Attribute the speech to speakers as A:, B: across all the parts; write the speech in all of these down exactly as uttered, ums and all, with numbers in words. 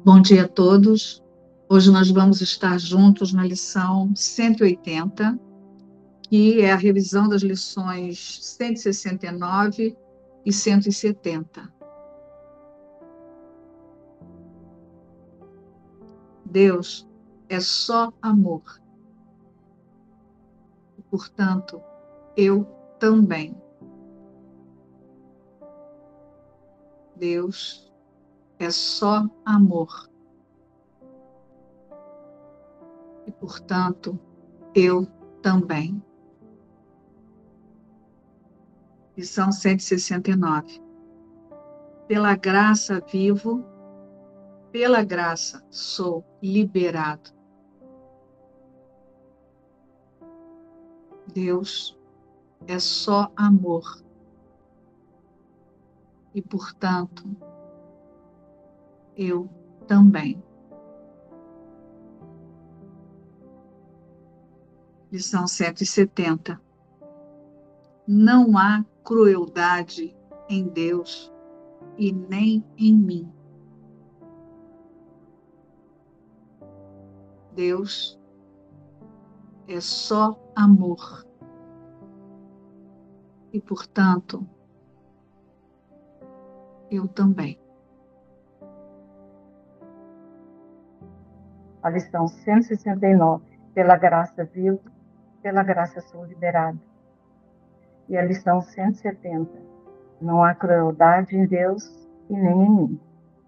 A: Bom dia a todos. Hoje nós vamos estar juntos na lição cento e oitenta, que é a revisão das lições cento e sessenta e nove e cento e setenta. Deus é só amor. E, portanto, eu também. Deus é só amor. E, portanto, eu também. Lição cento e sessenta e nove. Pela graça vivo, pela graça sou liberado. Deus é só amor. E, portanto, eu também. Lição cento e setenta. Não há crueldade em Deus e nem em mim. Deus é só amor. E, portanto, eu também.
B: A lição cento e sessenta e nove. Pela graça vivo, pela graça sou liberado. E a lição cento e setenta. Não há crueldade em Deus e nem em mim.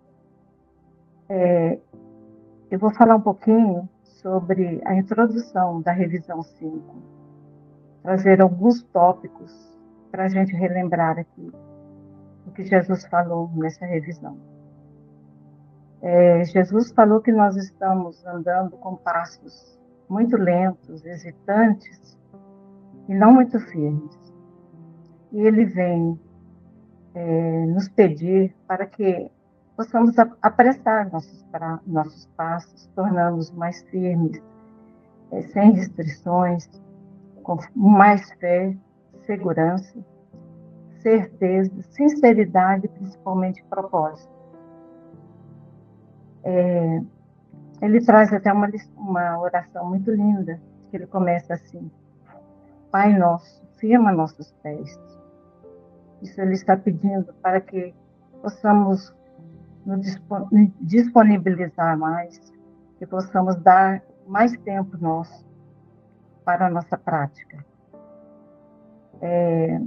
B: É, eu vou falar um pouquinho sobre a introdução da revisão cinco. Trazer alguns tópicos para a gente relembrar aqui o que Jesus falou nessa revisão. É, Jesus falou que nós estamos andando com passos muito lentos, hesitantes e não muito firmes. E ele vem é, nos pedir para que possamos apressar nossos, pra, nossos passos, tornando-os mais firmes, é, sem restrições, com mais fé, segurança, certeza, sinceridade e principalmente propósito. É, ele traz até uma, uma oração muito linda, que ele começa assim: Pai nosso, firma nossos pés. Isso ele está pedindo para que possamos nos disponibilizar mais, que possamos dar mais tempo nós para a nossa prática. É,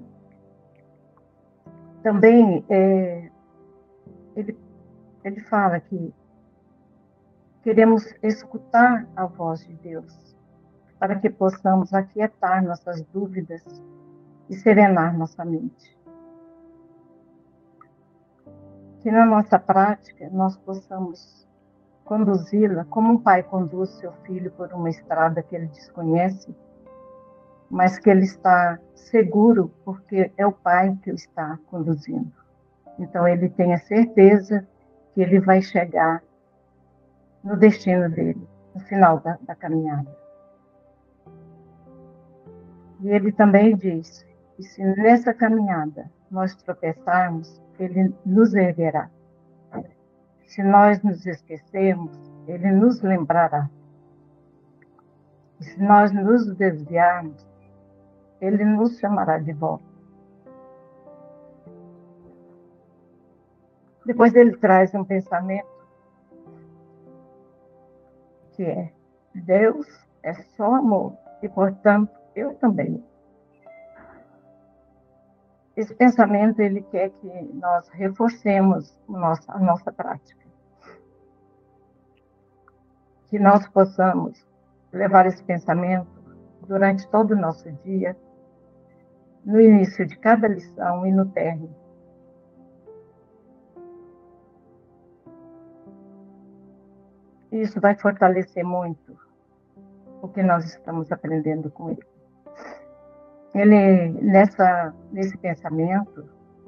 B: também é, ele, ele fala que queremos escutar a voz de Deus, para que possamos aquietar nossas dúvidas e serenar nossa mente. Que na nossa prática nós possamos conduzi-la como um pai conduz seu filho por uma estrada que ele desconhece, mas que ele está seguro porque é o pai que o está conduzindo. Então ele tem a certeza que ele vai chegar no destino dele, no final da, da caminhada. E ele também diz que se nessa caminhada nós tropeçarmos, ele nos erguerá. Se nós nos esquecermos, ele nos lembrará. E se nós nos desviarmos, ele nos chamará de volta. Depois ele traz um pensamento que é: Deus é só amor e, portanto, eu também. Esse pensamento ele quer que nós reforcemos nossa, a nossa prática. Que nós possamos levar esse pensamento durante todo o nosso dia, no início de cada lição e no término. Isso vai fortalecer muito o que nós estamos aprendendo com ele. Ele, nessa, nesse pensamento,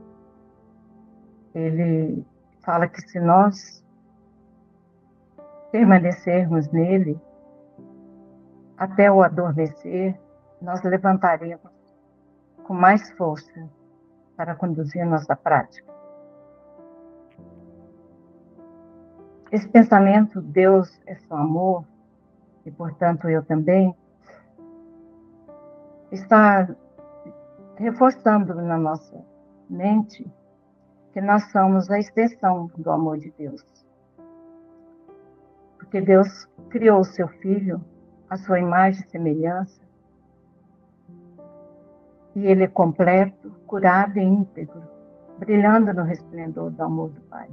B: ele fala que se nós permanecermos nele, até o adormecer, nós levantaremos com mais força para conduzir a nossa prática. Esse pensamento, Deus é só amor, e portanto eu também, está reforçando na nossa mente que nós somos a extensão do amor de Deus. Porque Deus criou o seu Filho, a sua imagem e semelhança, e ele é completo, curado e íntegro, brilhando no resplendor do amor do Pai.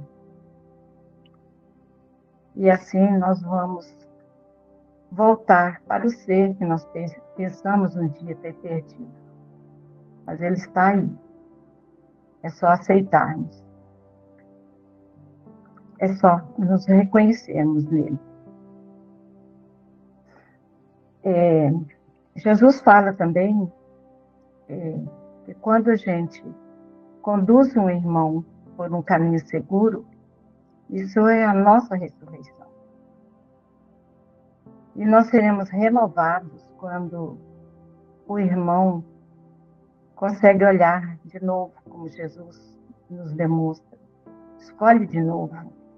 B: E assim nós vamos voltar para o ser que nós pensamos um dia ter perdido. Mas ele está aí. É só aceitarmos. É só nos reconhecermos nele. É, Jesus fala também é, que quando a gente conduz um irmão por um caminho seguro, isso é a nossa ressurreição. E nós seremos renovados quando o irmão consegue olhar de novo, como Jesus nos demonstra. Escolhe de novo.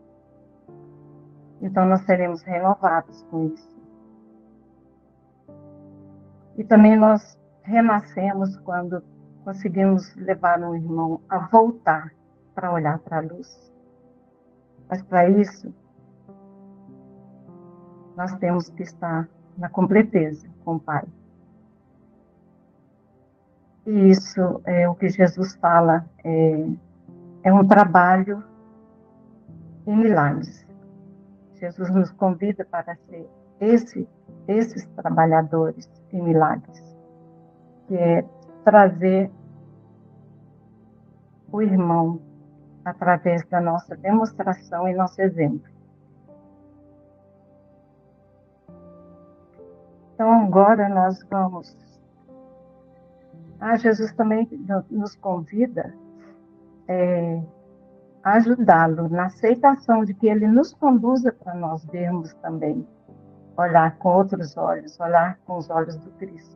B: Então nós seremos renovados com isso. E também nós renascemos quando conseguimos levar um irmão a voltar para olhar para a luz. Mas para isso, nós temos que estar na completeza com o Pai. E isso é o que Jesus fala, é, é um trabalho em milagres. Jesus nos convida para ser esse, esses trabalhadores em milagres, que é trazer o irmão através da nossa demonstração e nosso exemplo. Então, agora nós vamos... Ah, Jesus também nos convida é, a ajudá-lo na aceitação de que ele nos conduza para nós vermos também, olhar com outros olhos, olhar com os olhos do Cristo.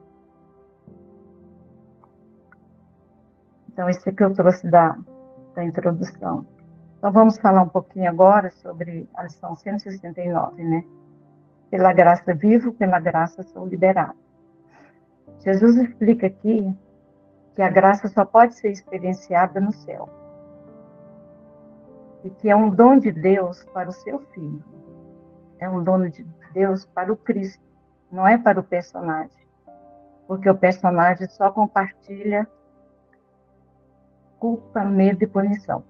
B: Então, isso é que eu trouxe da, da introdução. Então, vamos falar um pouquinho agora sobre a lição cento e sessenta e nove, né? Pela graça vivo, pela graça sou liberado. Jesus explica aqui que a graça só pode ser experienciada no céu. E que é um dom de Deus para o seu Filho. É um dom de Deus para o Cristo, não é para o personagem. Porque o personagem só compartilha culpa, medo e punição.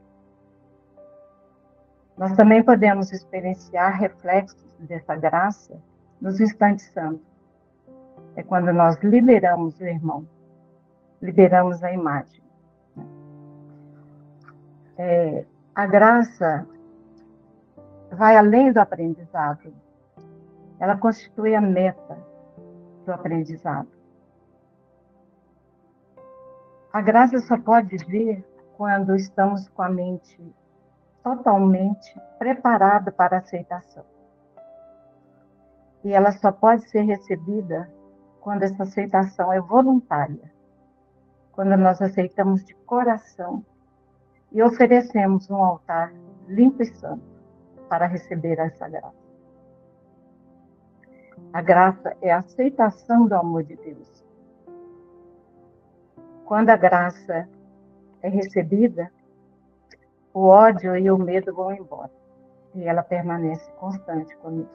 B: Nós também podemos experienciar reflexos dessa graça nos instantes santos. É quando nós liberamos o irmão, liberamos a imagem. É, a graça vai além do aprendizado. Ela constitui a meta do aprendizado. A graça só pode vir quando estamos com a mente totalmente preparada para a aceitação. E ela só pode ser recebida quando essa aceitação é voluntária. Quando nós aceitamos de coração e oferecemos um altar limpo e santo para receber essa graça. A graça é a aceitação do amor de Deus. Quando a graça é recebida, o ódio e o medo vão embora. E ela permanece constante conosco.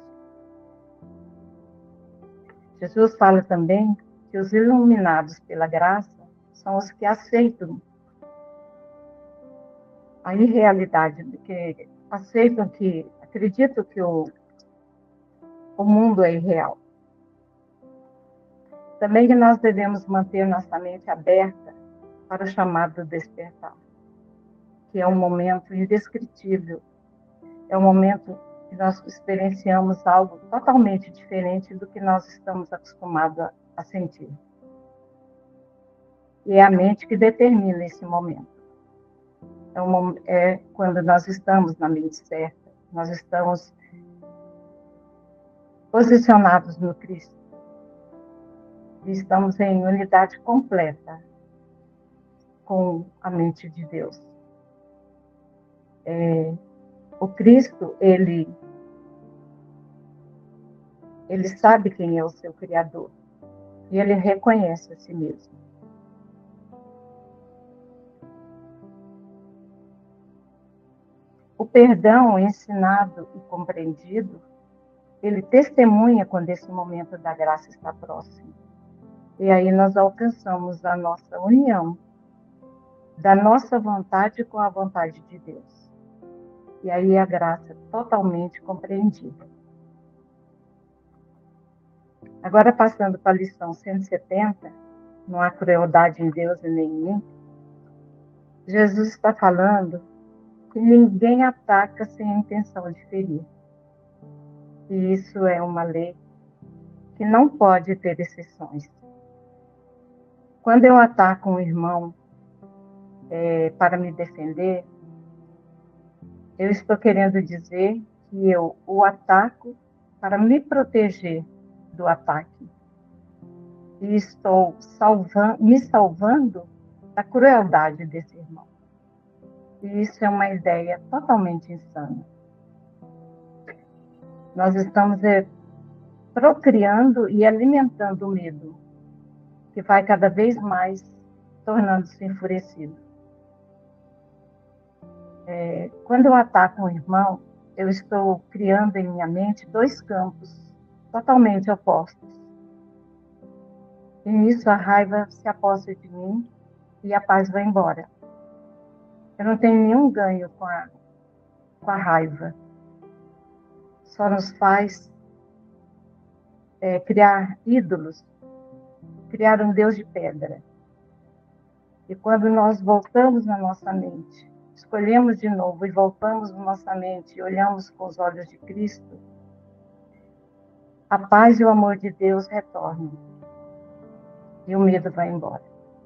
B: Jesus fala também que os iluminados pela graça são os que aceitam a irrealidade, que aceitam que, acreditam que o, o mundo é irreal. Também que nós devemos manter nossa mente aberta para o chamado do despertar, que é um momento indescritível, é um momento que nós experienciamos algo totalmente diferente do que nós estamos acostumados a, a sentir. E é a mente que determina esse momento. É, um, é quando nós estamos na mente certa, nós estamos posicionados no Cristo. E estamos em unidade completa com a mente de Deus. É, O Cristo, ele, ele sabe quem é o seu Criador. E ele reconhece a si mesmo. O perdão ensinado e compreendido, ele testemunha quando esse momento da graça está próximo. E aí nós alcançamos a nossa união da nossa vontade com a vontade de Deus. E aí a graça é totalmente compreendida. Agora, passando para a lição cento e setenta, não há crueldade em Deus e nem em mim, Jesus está falando que ninguém ataca sem a intenção de ferir. E isso é uma lei que não pode ter exceções. Quando eu ataco um irmão é, para me defender, eu estou querendo dizer que eu o ataco para me proteger do ataque. E estou salvando, me salvando da crueldade desse irmão. E isso é uma ideia totalmente insana. Nós estamos é, procriando e alimentando o medo, que vai cada vez mais tornando-se enfurecido. É, quando eu ataco um irmão, eu estou criando em minha mente dois campos totalmente opostos. E nisso a raiva se aposta de mim e a paz vai embora. Eu não tenho nenhum ganho com a, com a raiva. Só nos faz é, criar ídolos, criar um Deus de pedra. E quando nós voltamos na nossa mente, escolhemos de novo e voltamos na nossa mente e olhamos com os olhos de Cristo, a paz e o amor de Deus retornam. E o medo vai embora.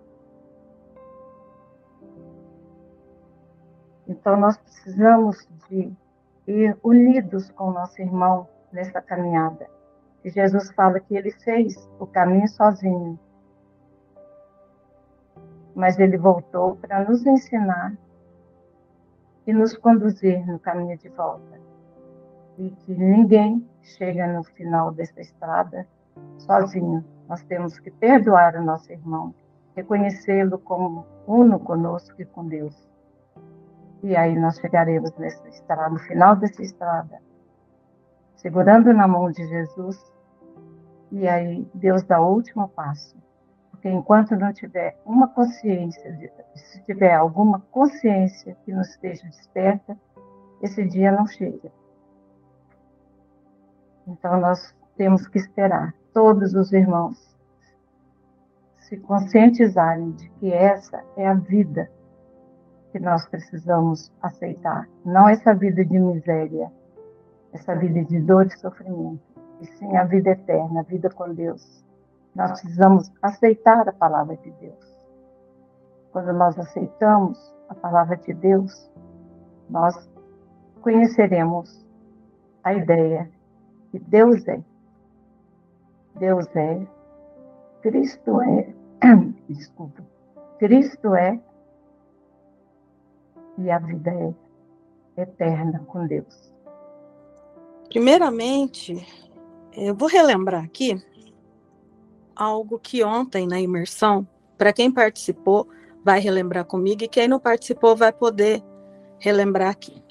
B: Então nós precisamos de ir unidos com o nosso irmão nessa caminhada. E Jesus fala que ele fez o caminho sozinho. Mas ele voltou para nos ensinar e nos conduzir no caminho de volta. E que ninguém chega no final dessa estrada sozinho. Nós temos que perdoar o nosso irmão, reconhecê-lo como uno conosco e com Deus. E aí nós chegaremos nessa estrada, no final dessa estrada, segurando na mão de Jesus, e aí Deus dá o último passo. Porque enquanto não tiver uma consciência, se tiver alguma consciência que nos esteja desperta, esse dia não chega. Então nós temos que esperar todos os irmãos se conscientizarem de que essa é a vida que nós precisamos aceitar. Não essa vida de miséria, essa vida de dor e sofrimento, e sim a vida eterna, a vida com Deus. Nós precisamos aceitar a palavra de Deus. Quando nós aceitamos a palavra de Deus, nós conheceremos a ideia que Deus é. Deus é, Cristo é, desculpa, Cristo é, e a vida é eterna com Deus.
C: Primeiramente, eu vou relembrar aqui algo que ontem na imersão, para quem participou, vai relembrar comigo, e quem não participou vai poder relembrar aqui.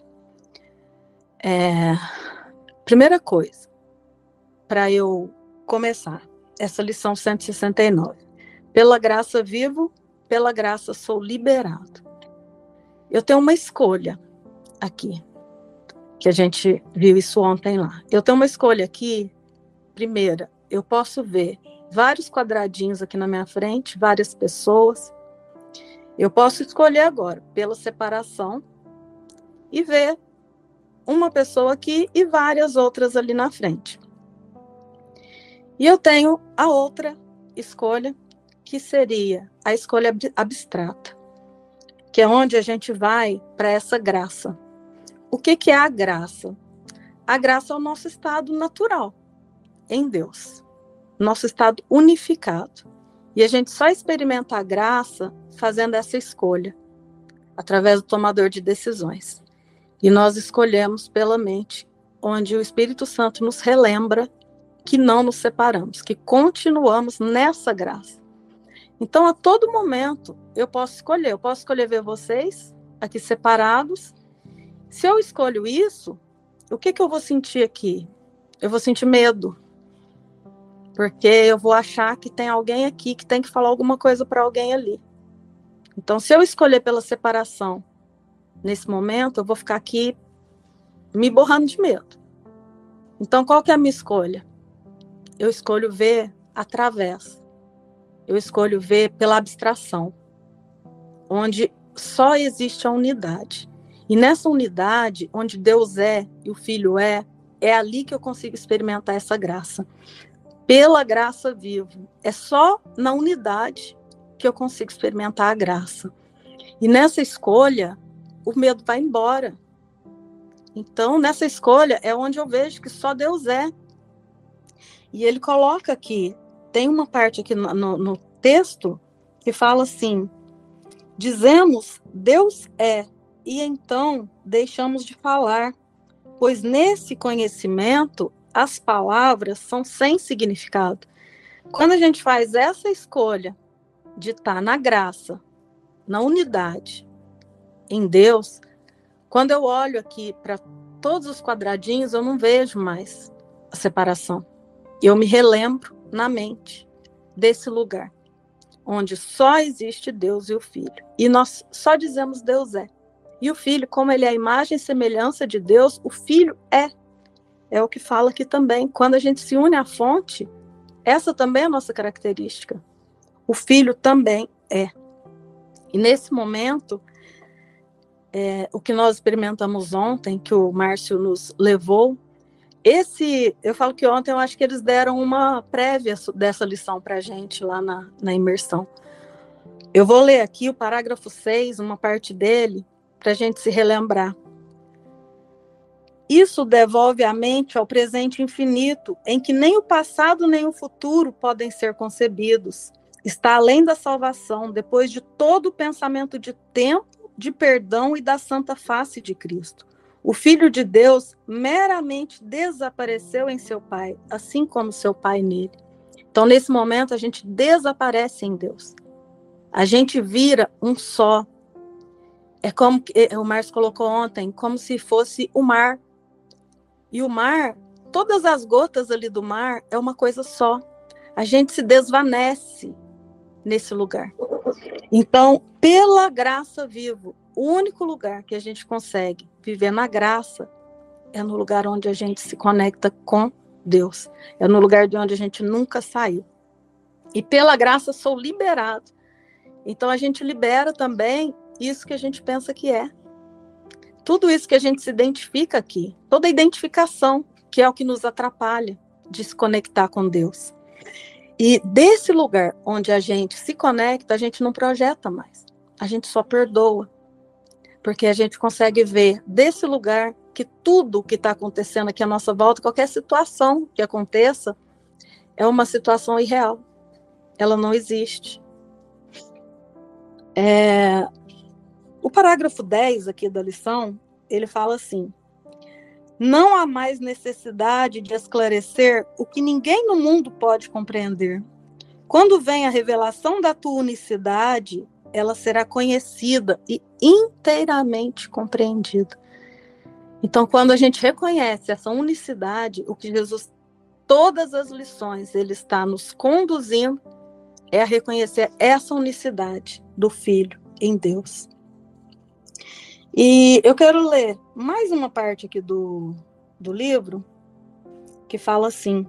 C: É, primeira coisa, para eu começar essa lição cento e sessenta e nove. Pela graça vivo, pela graça sou liberado. Eu tenho uma escolha aqui, que a gente viu isso ontem lá. Eu tenho uma escolha aqui, primeira, eu posso ver vários quadradinhos aqui na minha frente, várias pessoas. Eu posso escolher agora, pela separação, e ver uma pessoa aqui e várias outras ali na frente. E eu tenho a outra escolha, que seria a escolha abstrata, que é onde a gente vai para essa graça. O que, que é a graça? A graça é o nosso estado natural em Deus, nosso estado unificado. E a gente só experimenta a graça fazendo essa escolha, através do tomador de decisões. E nós escolhemos pela mente, onde o Espírito Santo nos relembra que não nos separamos, que continuamos nessa graça. Então, a todo momento, eu posso escolher. Eu posso escolher ver vocês aqui separados. Se eu escolho isso, o que, que eu vou sentir aqui? Eu vou sentir medo. Porque eu vou achar que tem alguém aqui que tem que falar alguma coisa para alguém ali. Então, se eu escolher pela separação, nesse momento, eu vou ficar aqui me borrando de medo. Então, qual que é a minha escolha? Eu escolho ver através. Eu escolho ver pela abstração, onde só existe a unidade. E nessa unidade, onde Deus é e o Filho é, é ali que eu consigo experimentar essa graça. Pela graça vivo. É só na unidade que eu consigo experimentar a graça. E nessa escolha, o medo vai embora. Então, nessa escolha, é onde eu vejo que só Deus é. E ele coloca aqui, tem uma parte aqui no, no, no texto que fala assim: dizemos, Deus é, e então deixamos de falar, pois nesse conhecimento as palavras são sem significado. Quando a gente faz essa escolha de estar na graça, na unidade, em Deus, quando eu olho aqui para todos os quadradinhos, eu não vejo mais a separação. Eu me relembro na mente desse lugar, onde só existe Deus e o Filho. E nós só dizemos Deus é. E o Filho, como ele é a imagem e semelhança de Deus, o Filho é. É o que fala aqui também. Quando a gente se une à fonte, essa também é a nossa característica. O Filho também é. E nesse momento, é, o que nós experimentamos ontem, que o Márcio nos levou, esse, eu falo que ontem eu acho que eles deram uma prévia dessa lição para a gente lá na, na imersão. Eu vou ler aqui o parágrafo seis, uma parte dele, para a gente se relembrar. Isso devolve a mente ao presente infinito, em que nem o passado nem o futuro podem ser concebidos. Está além da salvação, depois de todo o pensamento de tempo, de perdão e da santa face de Cristo. O Filho de Deus meramente desapareceu em seu Pai, assim como seu Pai nele. Então, nesse momento, a gente desaparece em Deus. A gente vira um só. É como o Márcio colocou ontem, como se fosse o mar. E o mar, todas as gotas ali do mar, é uma coisa só. A gente se desvanece nesse lugar. Então, pela graça vivo, o único lugar que a gente consegue viver na graça é no lugar onde a gente se conecta com Deus. É no lugar de onde a gente nunca saiu. E pela graça sou liberado. Então a gente libera também isso que a gente pensa que é. Tudo isso que a gente se identifica aqui. Toda a identificação, que é o que nos atrapalha de se conectar com Deus. E desse lugar onde a gente se conecta, a gente não projeta mais. A gente só perdoa. Porque a gente consegue ver desse lugar que tudo o que está acontecendo aqui à nossa volta, qualquer situação que aconteça, é uma situação irreal. Ela não existe. É... O parágrafo dez aqui da lição, ele fala assim: não há mais necessidade de esclarecer o que ninguém no mundo pode compreender. Quando vem a revelação da tua unicidade, ela será conhecida e inteiramente compreendida. Então, quando a gente reconhece essa unicidade, o que Jesus, todas as lições, ele está nos conduzindo, é a reconhecer essa unicidade do Filho em Deus. E eu quero ler mais uma parte aqui do, do livro, que fala assim: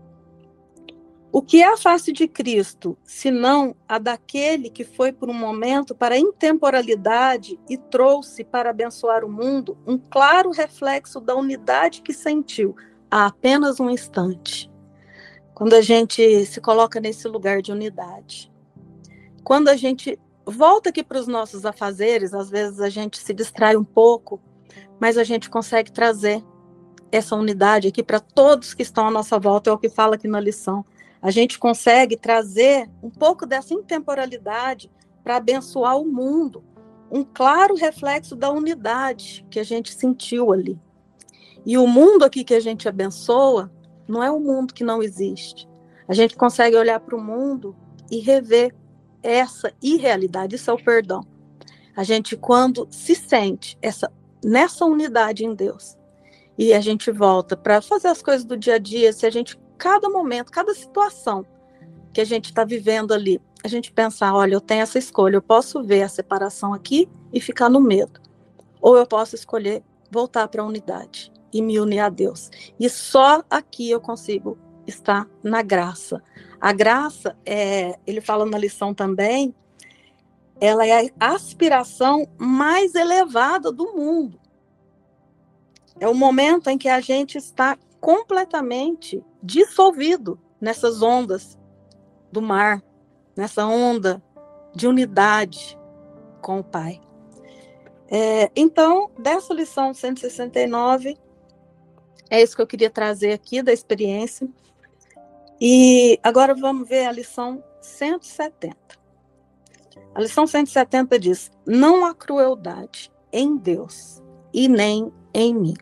C: o que é a face de Cristo, senão a daquele que foi por um momento para a intemporalidade e trouxe para abençoar o mundo um claro reflexo da unidade que sentiu há apenas um instante. Quando a gente se coloca nesse lugar de unidade. Quando a gente volta aqui para os nossos afazeres, às vezes a gente se distrai um pouco, mas a gente consegue trazer essa unidade aqui para todos que estão à nossa volta, é o que fala aqui na lição. A gente consegue trazer um pouco dessa intemporalidade para abençoar o mundo, um claro reflexo da unidade que a gente sentiu ali. E o mundo aqui que a gente abençoa não é um mundo que não existe. A gente consegue olhar para o mundo e rever essa irrealidade, isso é o perdão. A gente, quando se sente essa, nessa unidade em Deus, e a gente volta para fazer as coisas do dia a dia, se a gente, cada momento, cada situação que a gente está vivendo ali, a gente pensar, olha, eu tenho essa escolha, eu posso ver a separação aqui e ficar no medo. Ou eu posso escolher voltar para a unidade e me unir a Deus. E só aqui eu consigo estar na graça. A graça, é, ele fala na lição também, ela é a aspiração mais elevada do mundo. É o momento em que a gente está completamente dissolvido nessas ondas do mar, nessa onda de unidade com o Pai. É, então, dessa lição cento e sessenta e nove, é isso que eu queria trazer aqui da experiência. E agora vamos ver a lição cento e setenta. A lição cento e setenta diz: não há crueldade em Deus e nem em mim.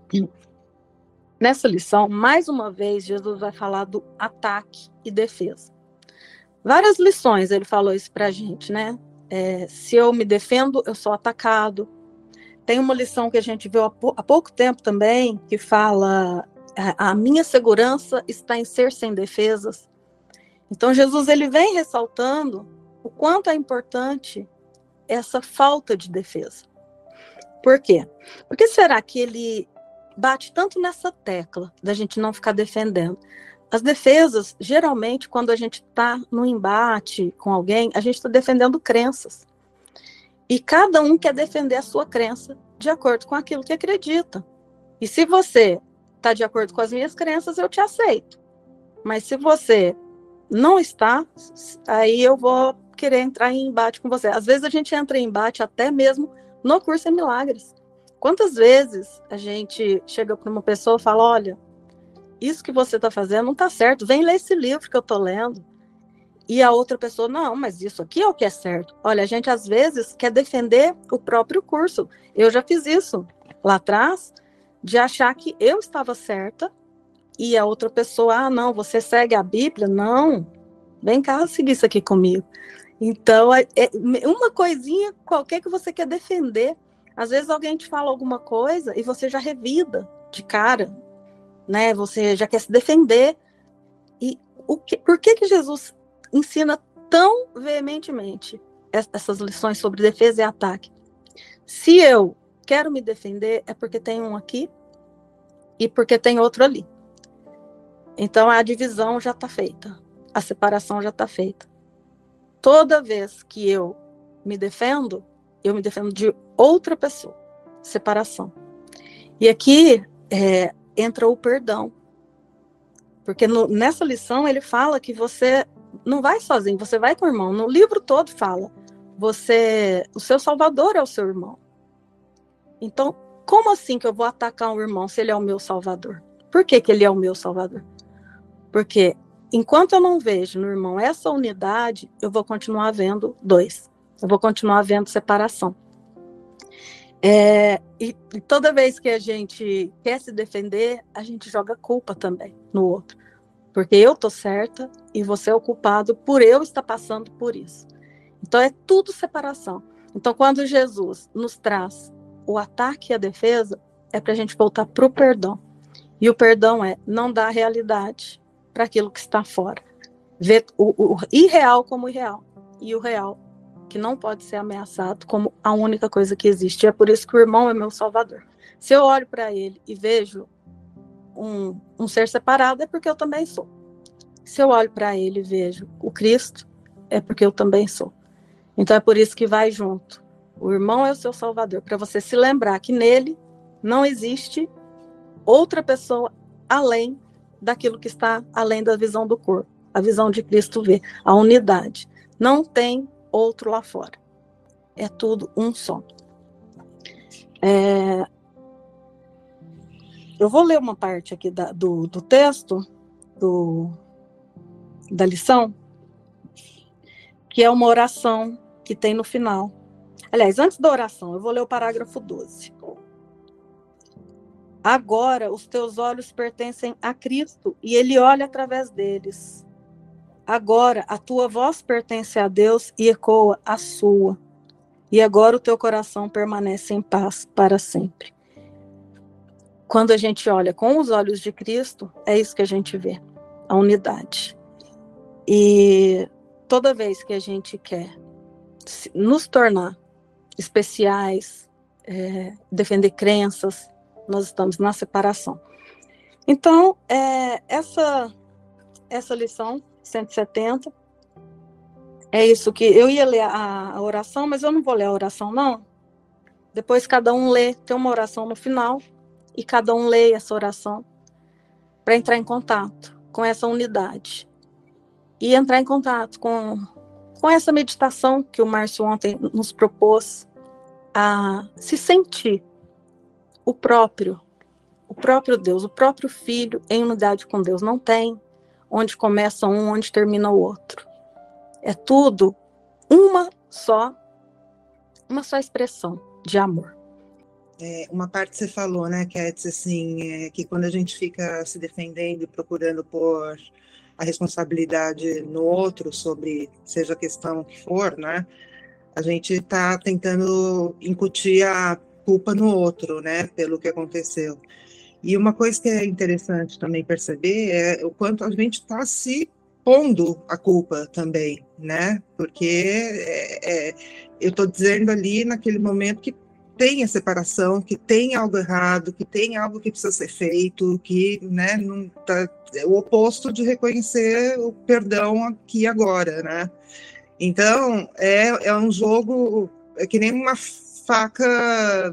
C: Nessa lição, mais uma vez, Jesus vai falar do ataque e defesa. Várias lições ele falou isso pra gente, né? É, se eu me defendo, eu sou atacado. Tem uma lição que a gente viu há, pou- há pouco tempo também, que fala: a, a minha segurança está em ser sem defesas. Então, Jesus ele vem ressaltando o quanto é importante essa falta de defesa. Por quê? Por que será que ele bate tanto nessa tecla da gente não ficar defendendo? As defesas, geralmente, quando a gente está no embate com alguém, a gente está defendendo crenças. E cada um quer defender a sua crença de acordo com aquilo que acredita. E se você está de acordo com as minhas crenças, eu te aceito. Mas se você não está, aí eu vou querer entrar em embate com você. Às vezes a gente entra em embate até mesmo no curso em milagres. Quantas vezes a gente chega para uma pessoa e fala: olha, isso que você está fazendo não está certo, vem ler esse livro que eu estou lendo. E a outra pessoa: não, mas isso aqui é o que é certo. Olha, a gente às vezes quer defender o próprio curso. Eu já fiz isso lá atrás, de achar que eu estava certa e a outra pessoa: ah, não, você segue a Bíblia? Não, vem cá seguir isso aqui comigo. Então, é uma coisinha qualquer que você quer defender. Às vezes alguém te fala alguma coisa e você já revida de cara, né? Você já quer se defender. E o que, por que que Jesus ensina tão veementemente essas lições sobre defesa e ataque? Se eu quero me defender, é porque tem um aqui e porque tem outro ali. Então, a divisão já está feita. A separação já está feita. Toda vez que eu me defendo, eu me defendo de outra pessoa. Separação. E aqui é, entra o perdão. Porque no, nessa lição ele fala que você não vai sozinho, você vai com o irmão. No livro todo fala, você, o seu salvador é o seu irmão. Então, como assim que eu vou atacar um irmão se ele é o meu salvador? Por que que ele é o meu salvador? Porque enquanto eu não vejo no irmão essa unidade, eu vou continuar vendo dois. Eu vou continuar vendo separação. É, e, e toda vez que a gente quer se defender, a gente joga culpa também no outro. Porque eu tô certa e você é o culpado por eu estar passando por isso. Então é tudo separação. Então quando Jesus nos traz o ataque e a defesa, é para a gente voltar para o perdão. E o perdão é não dar realidade para aquilo que está fora. Ver o, o irreal como irreal. E o real que não pode ser ameaçado como a única coisa que existe. E é por isso que o irmão é meu salvador. Se eu olho para ele e vejo um, um ser separado, é porque eu também sou. Se eu olho para ele e vejo o Cristo, é porque eu também sou. Então é por isso que vai junto. O irmão é o seu salvador, para você se lembrar que nele não existe outra pessoa além daquilo que está além da visão do corpo. A visão de Cristo vê, a unidade. Não tem outro lá fora. É tudo um só. É... Eu vou ler uma parte aqui da, do, do texto, do, da lição, que é uma oração que tem no final. Aliás, antes da oração, eu vou ler o parágrafo doze. Agora os teus olhos pertencem a Cristo e ele olha através deles. Agora a tua voz pertence a Deus e ecoa a sua. E agora o teu coração permanece em paz para sempre. Quando a gente olha com os olhos de Cristo, é isso que a gente vê, a unidade. E toda vez que a gente quer nos tornar especiais, é, defender crenças, nós estamos na separação. Então, é, essa, essa lição, cento e setenta, é isso que eu ia ler a, a oração, mas eu não vou ler a oração, não. Depois cada um lê, tem uma oração no final, e cada um lê essa oração para entrar em contato com essa unidade. E entrar em contato com, com essa meditação que o Márcio ontem nos propôs, a se sentir o próprio, o próprio Deus, o próprio Filho em unidade com Deus. Não tem onde começa um, onde termina o outro. É tudo uma só, uma só expressão de amor.
D: É, uma parte que você falou, né, Cat, assim, é, que quando a gente fica se defendendo e procurando pôr a responsabilidade no outro sobre, seja a questão que for, né, a gente está tentando incutir a culpa no outro, né, pelo que aconteceu. E uma coisa que é interessante também perceber é o quanto a gente está se pondo a culpa também, né, porque é, é, eu estou dizendo ali naquele momento que tem a separação, que tem algo errado, que tem algo que precisa ser feito, que, né, não tá, é o oposto de reconhecer o perdão aqui e agora, né? Então, é, é um jogo, é que nem uma faca,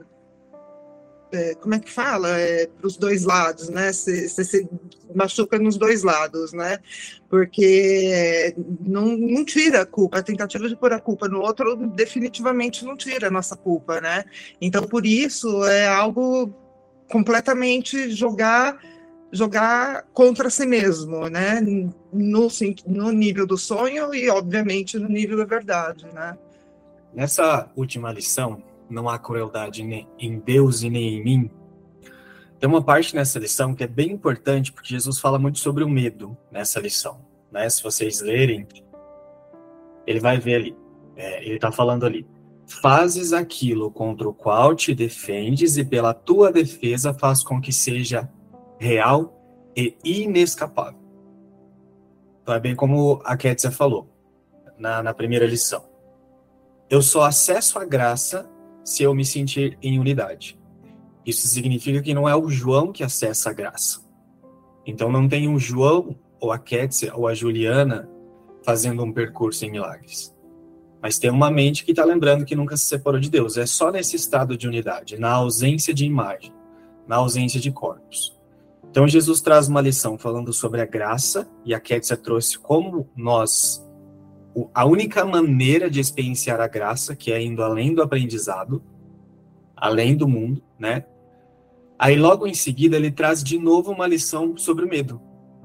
D: é, como é que fala? É, para os dois lados, né? Você se machuca nos dois lados, né? Porque não, não tira a culpa, a tentativa de pôr a culpa no outro definitivamente não tira a nossa culpa, né? Então, por isso, é algo completamente jogar, jogar contra si mesmo, né? No, no nível do sonho e, obviamente, no nível da verdade, né?
E: Nessa última lição, não há crueldade nem em Deus e nem em mim. Tem uma parte nessa lição que é bem importante, porque Jesus fala muito sobre o medo nessa lição, né? Se vocês lerem, ele vai ver ali, é, ele está falando ali, fazes aquilo contra o qual te defendes e pela tua defesa faz com que seja real e inescapável. Então é bem como a Kétia falou na, na primeira lição. Eu só acesso a graça se eu me sentir em unidade. Isso significa que não é o João que acessa a graça. Então não tem um João, ou a Kétia, ou a Juliana fazendo um percurso em milagres. Mas tem uma mente que está lembrando que nunca se separou de Deus. É só nesse estado de unidade, na ausência de imagem, na ausência de corpos. Então Jesus traz uma lição falando sobre a graça, e a Kétia trouxe como nós... a única maneira de experienciar a graça, que é indo além do aprendizado, além do mundo, né? Aí logo em seguida ele traz de novo uma lição sobre o medo.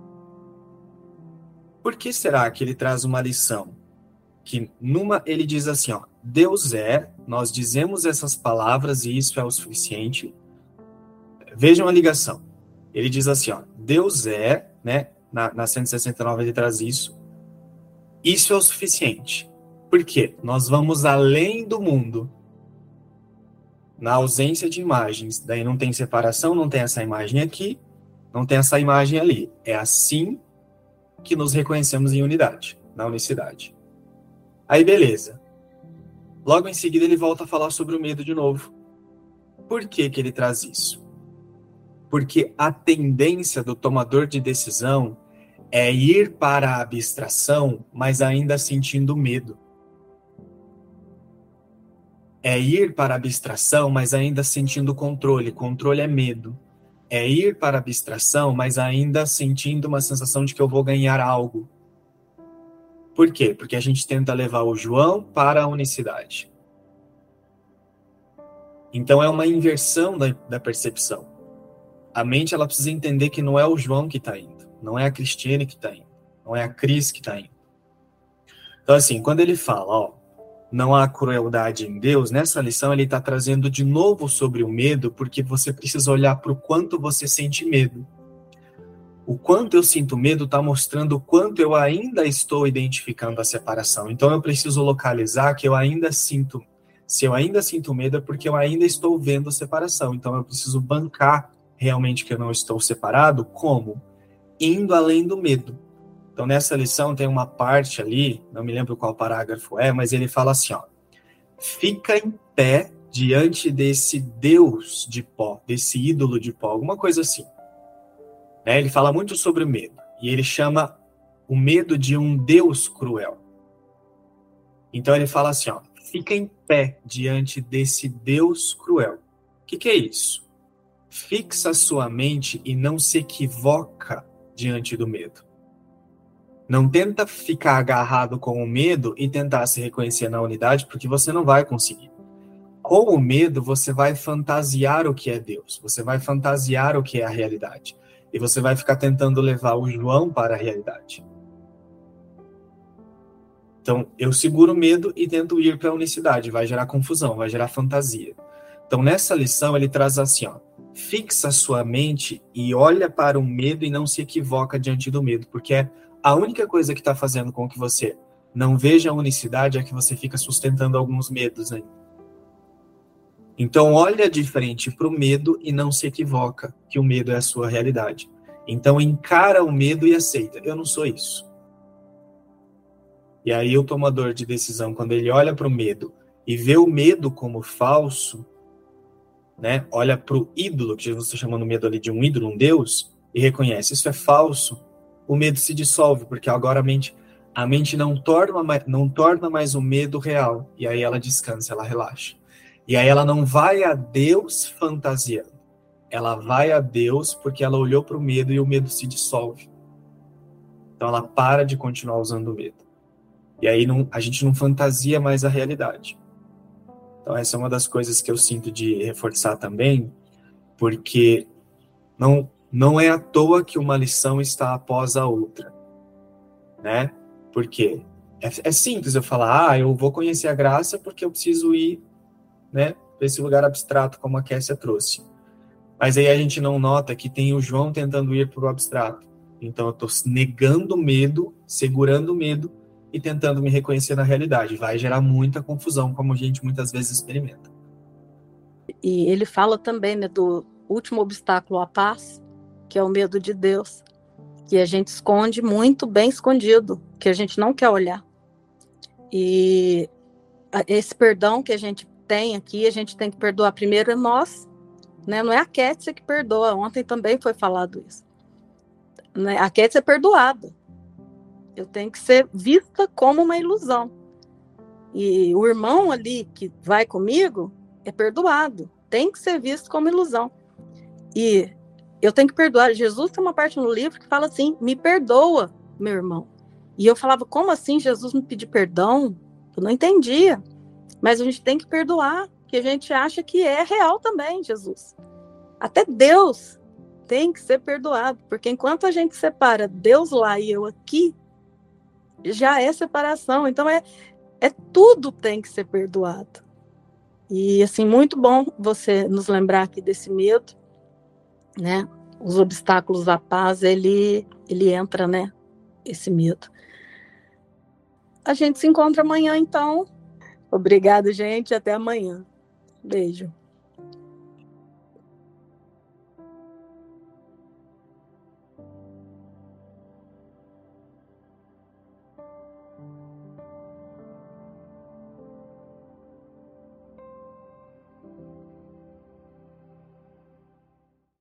E: Por que será que ele traz uma lição? Que numa ele diz assim, ó, Deus é, nós dizemos essas palavras e isso é o suficiente. Vejam a ligação. Ele diz assim, ó, Deus é, né? Na, na cento e sessenta e nove ele traz isso. Isso é o suficiente. Por quê? Nós vamos além do mundo. Na ausência de imagens. Daí não tem separação, não tem essa imagem aqui, não tem essa imagem ali. É assim que nos reconhecemos em unidade, na unicidade. Aí beleza. Logo em seguida ele volta a falar sobre o medo de novo. Por que que ele traz isso? Porque a tendência do tomador de decisão é ir para a abstração, mas ainda sentindo medo. É ir para a abstração, mas ainda sentindo controle. Controle é medo. É ir para a abstração, mas ainda sentindo uma sensação de que eu vou ganhar algo. Por quê? Porque a gente tenta levar o João para a unicidade. Então é uma inversão da, da percepção. A mente ela precisa entender que não é o João que está indo. Não é a Cristiane que está indo. Não é a Cris que está indo. Então, assim, quando ele fala, ó, não há crueldade em Deus, nessa lição ele está trazendo de novo sobre o medo, porque você precisa olhar para o quanto você sente medo. O quanto eu sinto medo está mostrando o quanto eu ainda estou identificando a separação. Então eu preciso localizar que eu ainda sinto, se eu ainda sinto medo é porque eu ainda estou vendo a separação. Então eu preciso bancar realmente que eu não estou separado. Como? Indo além do medo. Então nessa lição tem uma parte ali, não me lembro qual parágrafo é, mas ele fala assim, ó, fica em pé diante desse Deus de pó, desse ídolo de pó, alguma coisa assim. Né? Ele fala muito sobre o medo, e ele chama o medo de um Deus cruel. Então ele fala assim, ó, fica em pé diante desse Deus cruel. O que, que é isso? Fixa sua mente e não se equivoca diante do medo. Não tenta ficar agarrado com o medo e tentar se reconhecer na unidade, porque você não vai conseguir. Com o medo, você vai fantasiar o que é Deus. Você vai fantasiar o que é a realidade. E você vai ficar tentando levar o João para a realidade. Então, eu seguro o medo e tento ir para a unicidade. Vai gerar confusão, vai gerar fantasia. Então, nessa lição, ele traz assim, ó, fixa sua mente e olha para o medo e não se equivoca diante do medo, porque é a única coisa que está fazendo com que você não veja a unicidade é que você fica sustentando alguns medos ainda. Então, olha de frente para o medo e não se equivoca que o medo é a sua realidade. Então, encara o medo e aceita. Eu não sou isso. E aí, o tomador de decisão, quando ele olha para o medo e vê o medo como falso, né, olha para o ídolo, que Jesus está chamando o medo ali de um ídolo, um Deus, e reconhece, isso é falso, o medo se dissolve, porque agora a mente, a mente não, torna, não torna mais o medo real. E aí ela descansa, ela relaxa. E aí ela não vai a Deus fantasiando. Ela vai a Deus porque ela olhou para o medo e o medo se dissolve. Então ela para de continuar usando o medo. E aí não, a gente não fantasia mais a realidade. Então essa é uma das coisas que eu sinto de reforçar também, porque não, não é à toa que uma lição está após a outra. Né? Por quê? É, é simples eu falar, ah, eu vou conhecer a graça porque eu preciso ir, né, para esse lugar abstrato, como a Kessia trouxe. Mas aí a gente não nota que tem o João tentando ir para o abstrato. Então eu estou negando o medo, segurando o medo e tentando me reconhecer na realidade. Vai gerar muita confusão, como a gente muitas vezes experimenta.
C: E ele fala também, né, do último obstáculo à paz, que é o medo de Deus, que a gente esconde muito bem escondido, que a gente não quer olhar. E esse perdão que a gente tem aqui, a gente tem que perdoar primeiro nós, né? Não é a Kessia que perdoa, ontem também foi falado isso. Né? A Kessia é perdoada. Eu tenho que ser vista como uma ilusão. E o irmão ali que vai comigo é perdoado, tem que ser visto como ilusão. E eu tenho que perdoar. Jesus tem uma parte no livro que fala assim, me perdoa, meu irmão. E eu falava, como assim Jesus me pedir perdão? Eu não entendia. Mas a gente tem que perdoar, que a gente acha que é real também, Jesus. Até Deus tem que ser perdoado, porque enquanto a gente separa Deus lá e eu aqui, já é separação. Então é, é tudo tem que ser perdoado. E assim, muito bom você nos lembrar aqui desse medo, né? Os obstáculos à paz, ele, ele entra, né? Esse medo. A gente se encontra amanhã, então. Obrigada, gente. Até amanhã. Beijo.